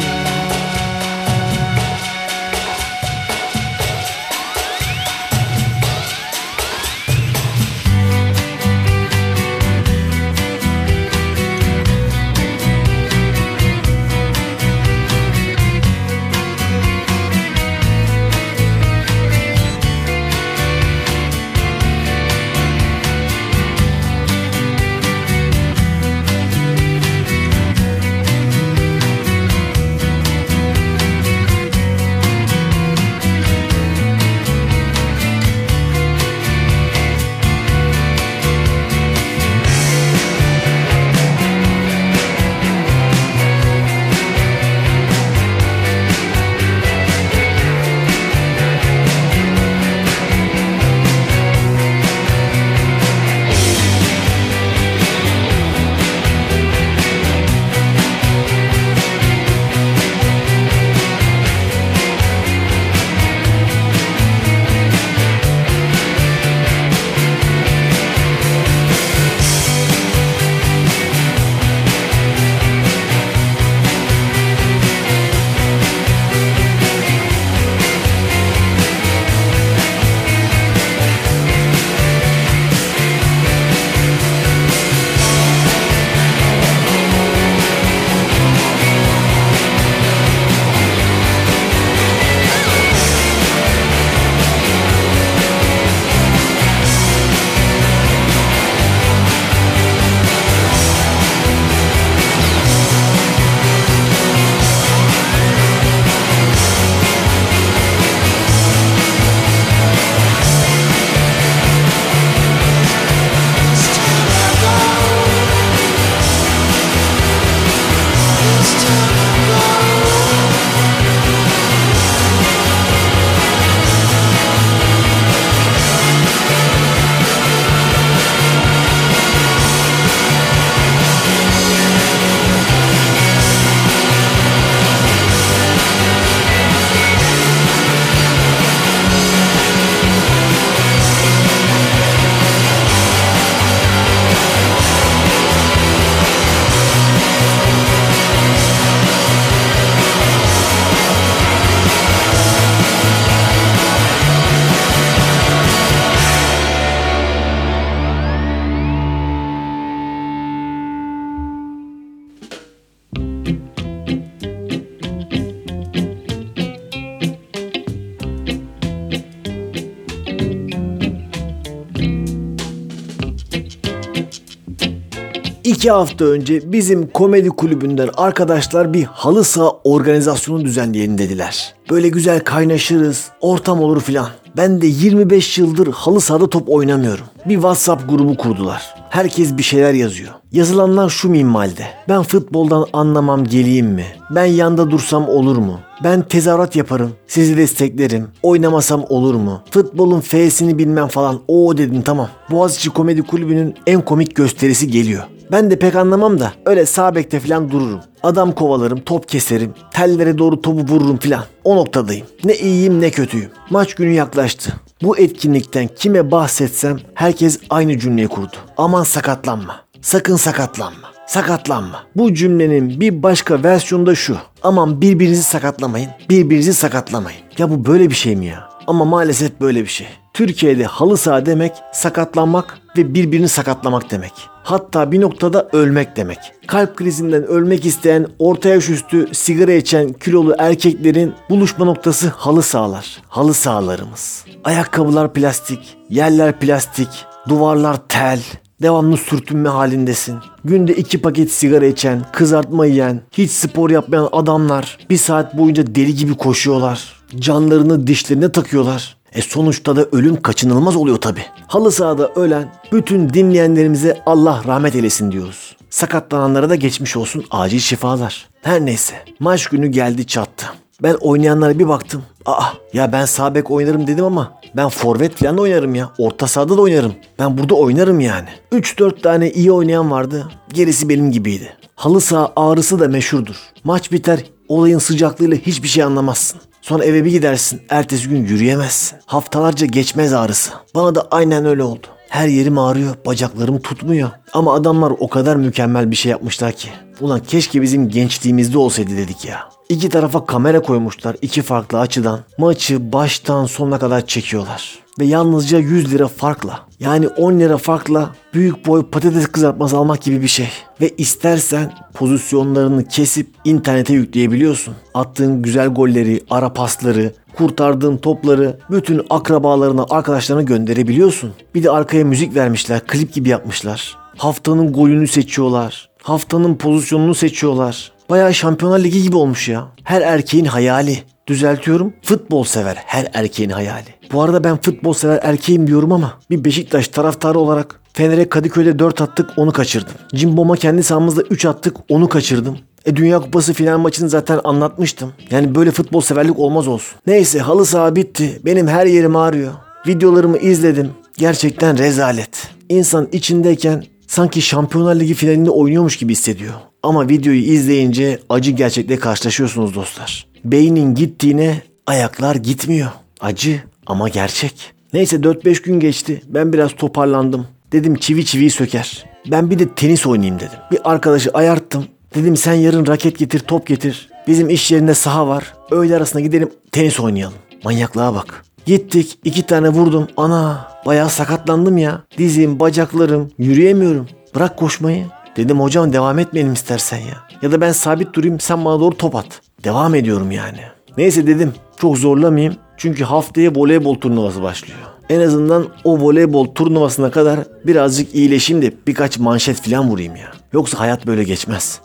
2 hafta önce bizim komedi kulübünden arkadaşlar bir halı saha organizasyonu düzenleyelim dediler. Böyle güzel kaynaşırız, ortam olur filan. Ben de 25 yıldır halı sahada top oynamıyorum. Bir WhatsApp grubu kurdular. Herkes bir şeyler yazıyor. Yazılanlar şu minvalde: ben futboldan anlamam, geleyim mi? Ben yanda dursam olur mu? Ben tezahürat yaparım, sizi desteklerim. Oynamasam olur mu? Futbolun F'sini bilmem falan. Oo dedim, tamam. Boğaziçi Komedi Kulübü'nün en komik gösterisi geliyor. Ben de pek anlamam da öyle sağ bekte falan dururum. Adam kovalarım, top keserim, tellere doğru topu vururum filan. O noktadayım. Ne iyiyim ne kötüyüm. Maç günü yaklaştı. Bu etkinlikten kime bahsetsem herkes aynı cümleyi kurdu: aman sakatlanma. Sakın sakatlanma. Sakatlanma. Bu cümlenin bir başka versiyonu da şu: aman birbirinizi sakatlamayın. Birbirinizi sakatlamayın. Ya bu böyle bir şey mi ya? Ama maalesef böyle bir şey. Türkiye'de halı saha demek sakatlanmak ve birbirini sakatlamak demek. Hatta bir noktada ölmek demek. Kalp krizinden ölmek isteyen, orta yaş üstü sigara içen kilolu erkeklerin buluşma noktası halı sahalar. Halı sahalarımız. Ayakkabılar plastik, yerler plastik, duvarlar tel. Devamlı sürtünme halindesin. Günde 2 paket sigara içen, kızartma yiyen, hiç spor yapmayan adamlar bir saat boyunca deli gibi koşuyorlar. Canlarını dişlerine takıyorlar. Sonuçta da ölüm kaçınılmaz oluyor tabi. Halı sahada ölen bütün dinleyenlerimize Allah rahmet eylesin diyoruz. Sakatlananlara da geçmiş olsun, acil şifalar. Her neyse, maç günü geldi çattı. Ben oynayanlara bir baktım. Ya ben sağ bek oynarım dedim ama ben forvet falan da oynarım ya. Orta sahada da oynarım. Ben burada oynarım yani. 3-4 tane iyi oynayan vardı. Gerisi benim gibiydi. Halı saha ağrısı da meşhurdur. Maç biter, olayın sıcaklığıyla hiçbir şey anlamazsın. Sonra eve bir gidersin, ertesi gün yürüyemezsin. Haftalarca geçmez ağrısı. Bana da aynen öyle oldu. Her yerim ağrıyor, bacaklarım tutmuyor. Ama adamlar o kadar mükemmel bir şey yapmışlar ki. Ulan keşke bizim gençliğimizde olsaydı dedik ya. 2 tarafa kamera koymuşlar, 2 farklı açıdan. Maçı baştan sonuna kadar çekiyorlar. Ve yalnızca 100 lira farkla, yani 10 lira farkla büyük boy patates kızartması almak gibi bir şey. Ve istersen pozisyonlarını kesip internete yükleyebiliyorsun. Attığın güzel golleri, ara pasları, kurtardığın topları bütün akrabalarına, arkadaşlarına gönderebiliyorsun. Bir de arkaya müzik vermişler, klip gibi yapmışlar. Haftanın golünü seçiyorlar. Haftanın pozisyonunu seçiyorlar. Bayağı Şampiyonlar Ligi gibi olmuş ya. Her erkeğin hayali. Düzeltiyorum, futbol sever her erkeğin hayali. Bu arada ben futbol sever erkeğim diyorum ama bir Beşiktaş taraftarı olarak Fener'e Kadıköy'de 4 attık, onu kaçırdım. Cimbom'a kendi sahamızda 3 attık, onu kaçırdım. Dünya Kupası final maçını zaten anlatmıştım. Yani böyle futbol severlik olmaz olsun. Neyse, halı saha bitti. Benim her yerim ağrıyor. Videolarımı izledim. Gerçekten rezalet. İnsan içindeyken sanki Şampiyonlar Ligi finalinde oynuyormuş gibi hissediyor. Ama videoyu izleyince acı gerçekle karşılaşıyorsunuz dostlar. Beynin gittiğine ayaklar gitmiyor. Acı ama gerçek. Neyse 4-5 gün geçti. Ben biraz toparlandım. Dedim çivi çiviyi söker. Ben bir de tenis oynayayım dedim. Bir arkadaşı ayarttım. Dedim sen yarın raket getir, top getir. Bizim iş yerinde saha var. Öğle arasına gidelim tenis oynayalım. Manyaklığa bak. Gittik, 2 tane vurdum. Ana, bayağı sakatlandım ya. Dizim, bacaklarım, yürüyemiyorum. Bırak koşmayı. Dedim hocam devam etmeyelim istersen ya. Ya da ben sabit durayım, sen bana doğru top at. Devam ediyorum yani. Neyse dedim, çok zorlamayayım. Çünkü haftaya voleybol turnuvası başlıyor. En azından o voleybol turnuvasına kadar birazcık iyileşeyim de birkaç manşet falan vurayım ya. Yoksa hayat böyle geçmez.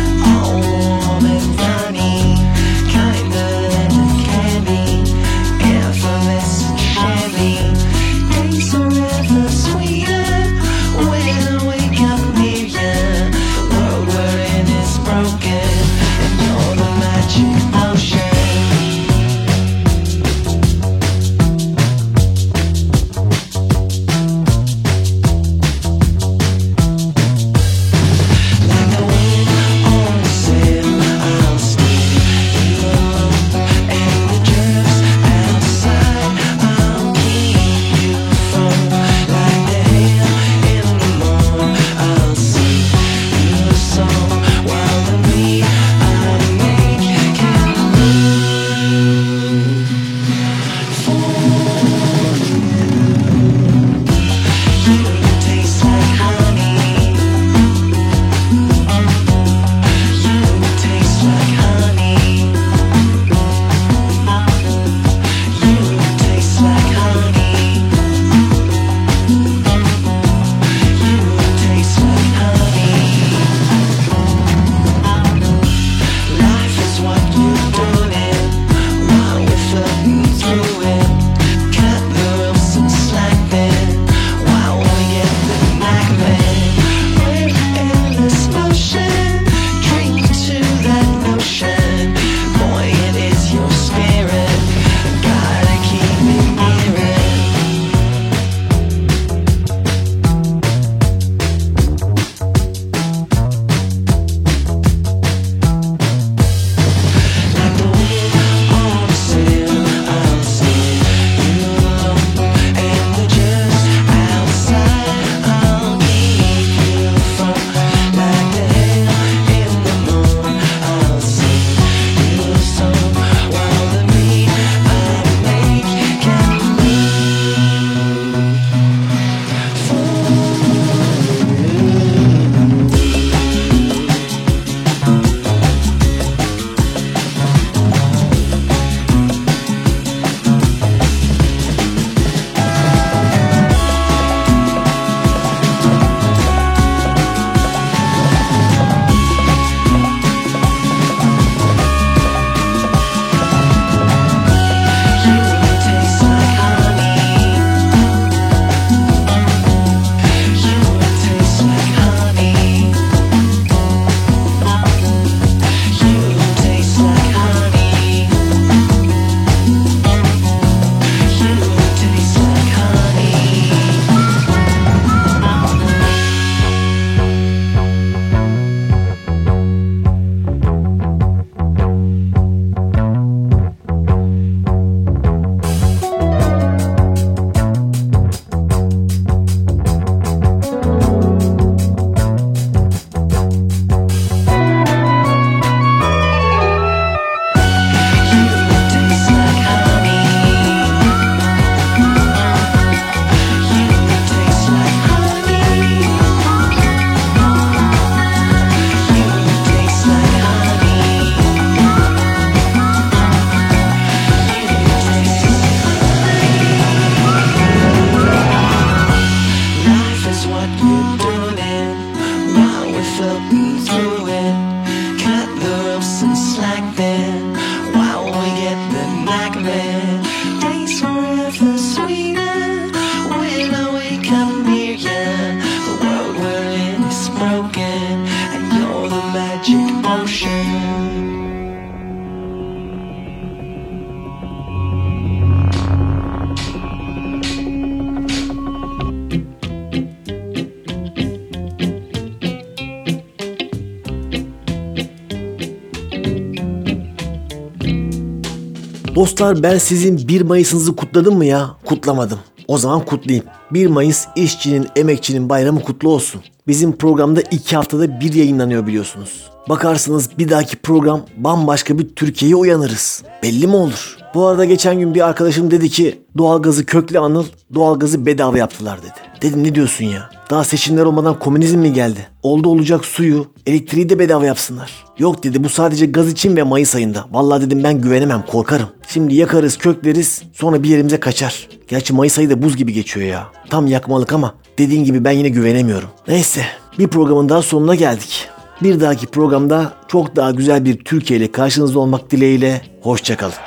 Kinda like a candy. Dostlar ben sizin 1 Mayıs'ınızı kutladım mı ya? Kutlamadım. O zaman kutlayayım. 1 Mayıs işçinin, emekçinin bayramı kutlu olsun. Bizim programda 2 haftada bir yayınlanıyor biliyorsunuz. Bakarsınız bir dahaki program bambaşka bir Türkiye'ye uyanırız. Belli mi olur? Bu arada geçen gün bir arkadaşım dedi ki doğalgazı kökle Anıl, doğalgazı bedava yaptılar dedi. Dedim ne diyorsun ya? Daha seçimler olmadan komünizm mi geldi? Oldu olacak suyu, elektriği de bedava yapsınlar. Yok dedi bu sadece gaz için ve Mayıs ayında. Vallahi dedim ben güvenemem, korkarım. Şimdi yakarız, kökleriz, sonra bir yerimize kaçar. Gerçi Mayıs ayı da buz gibi geçiyor ya. Tam yakmalık ama dediğin gibi ben yine güvenemiyorum. Neyse, bir programın daha sonuna geldik. Bir dahaki programda çok daha güzel bir Türkiye ile karşınızda olmak dileğiyle. Hoşça kalın.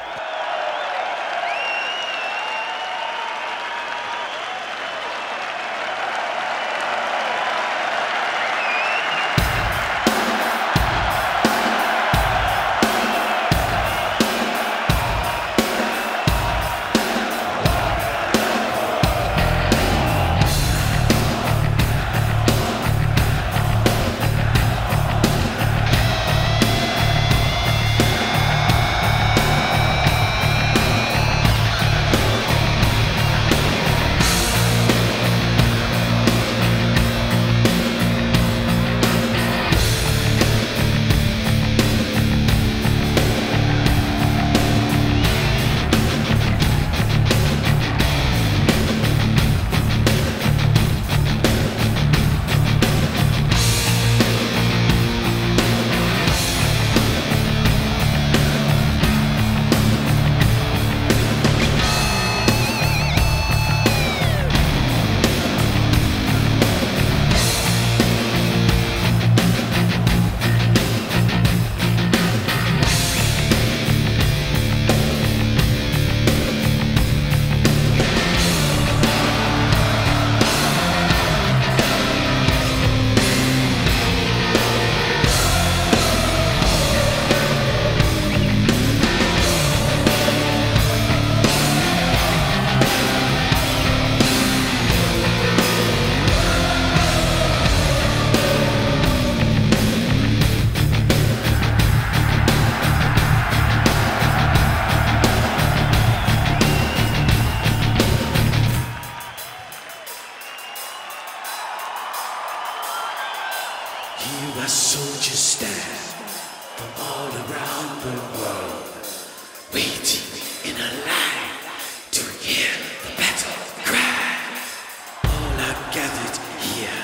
Here our soldiers stand from all around the world, waiting in a line to hear the battle cry. All are gathered here,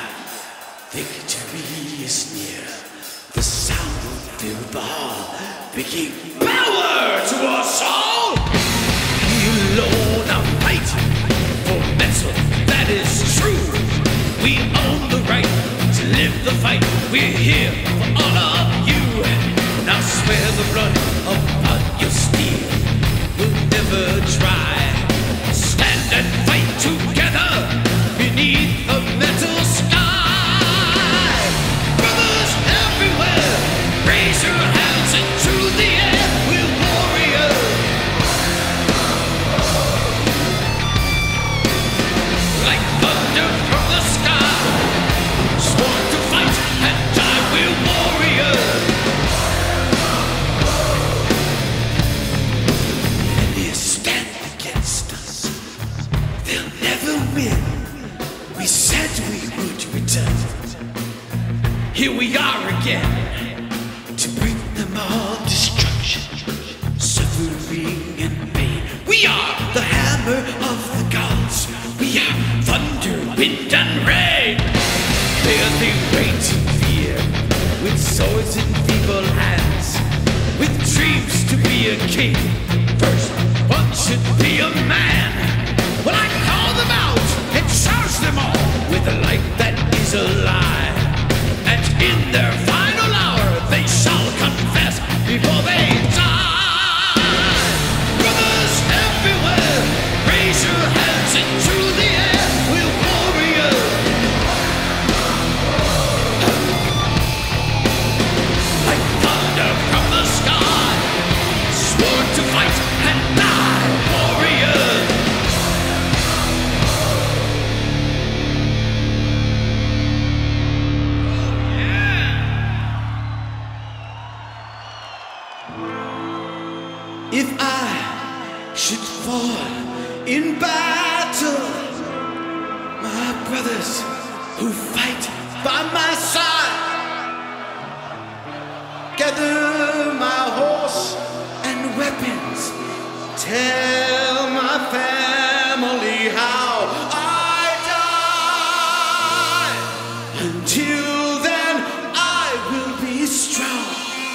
victory is near. The sound will fill the hall, bringing power to us all. We alone are fighting for metal that is true. We own the right to live the fight. We're here for all of you. Now swear the blood upon your steel will never dry. Stand and fight together beneath the metal sky. Brothers everywhere, raise your hands into the air. We're warriors. Like thunder from the sky, sworn to fight and die, we're warriors. They stand against us, they'll never win. We said we would return. Here we are again, to bring them all destruction, suffering and pain. We are the hammer of the gods. We are thunder, wind and rain. There they wait in fear, with swords in feeble hands, with dreams to be a king. First, one should be a man. Well, I call them out and charge them all with a light that is a lie. And in their final hour, they shall confess before they die. Brothers everywhere, raise your hands into the air. We're warriors. battle. My brothers who fight by my side. Gather my horse and weapons. Tell my family how I die. Until then, I will be strong.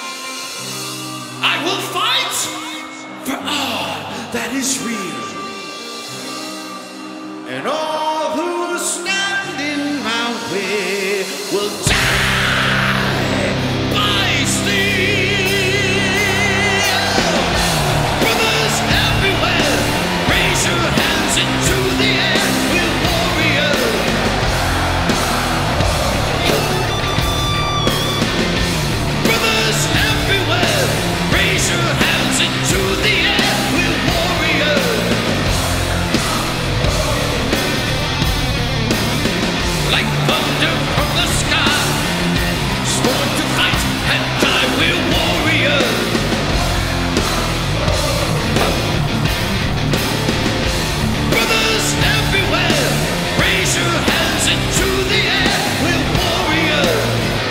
I will fight for all that is real. And all who stand in my way will die by steel. Brothers everywhere, raise your hands into the air, we're warriors. Brothers everywhere, raise your hands into the air, we're warriors. Like thunder from the sky, sworn to fight and die, we're warriors. Brothers everywhere, raise your hands into the air, we're warriors.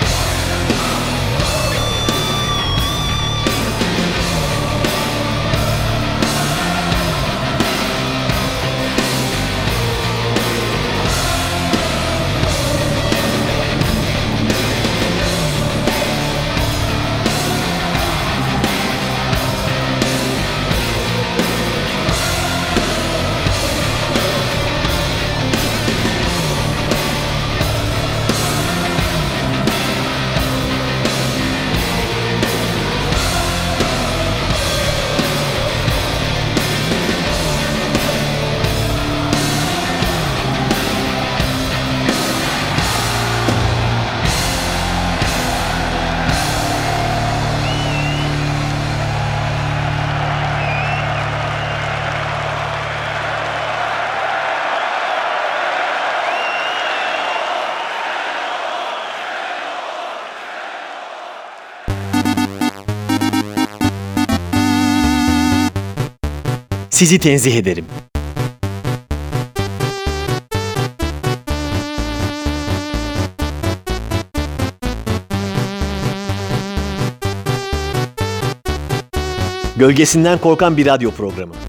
Sizi tenzih ederim. Gölgesinden korkan bir radyo programı.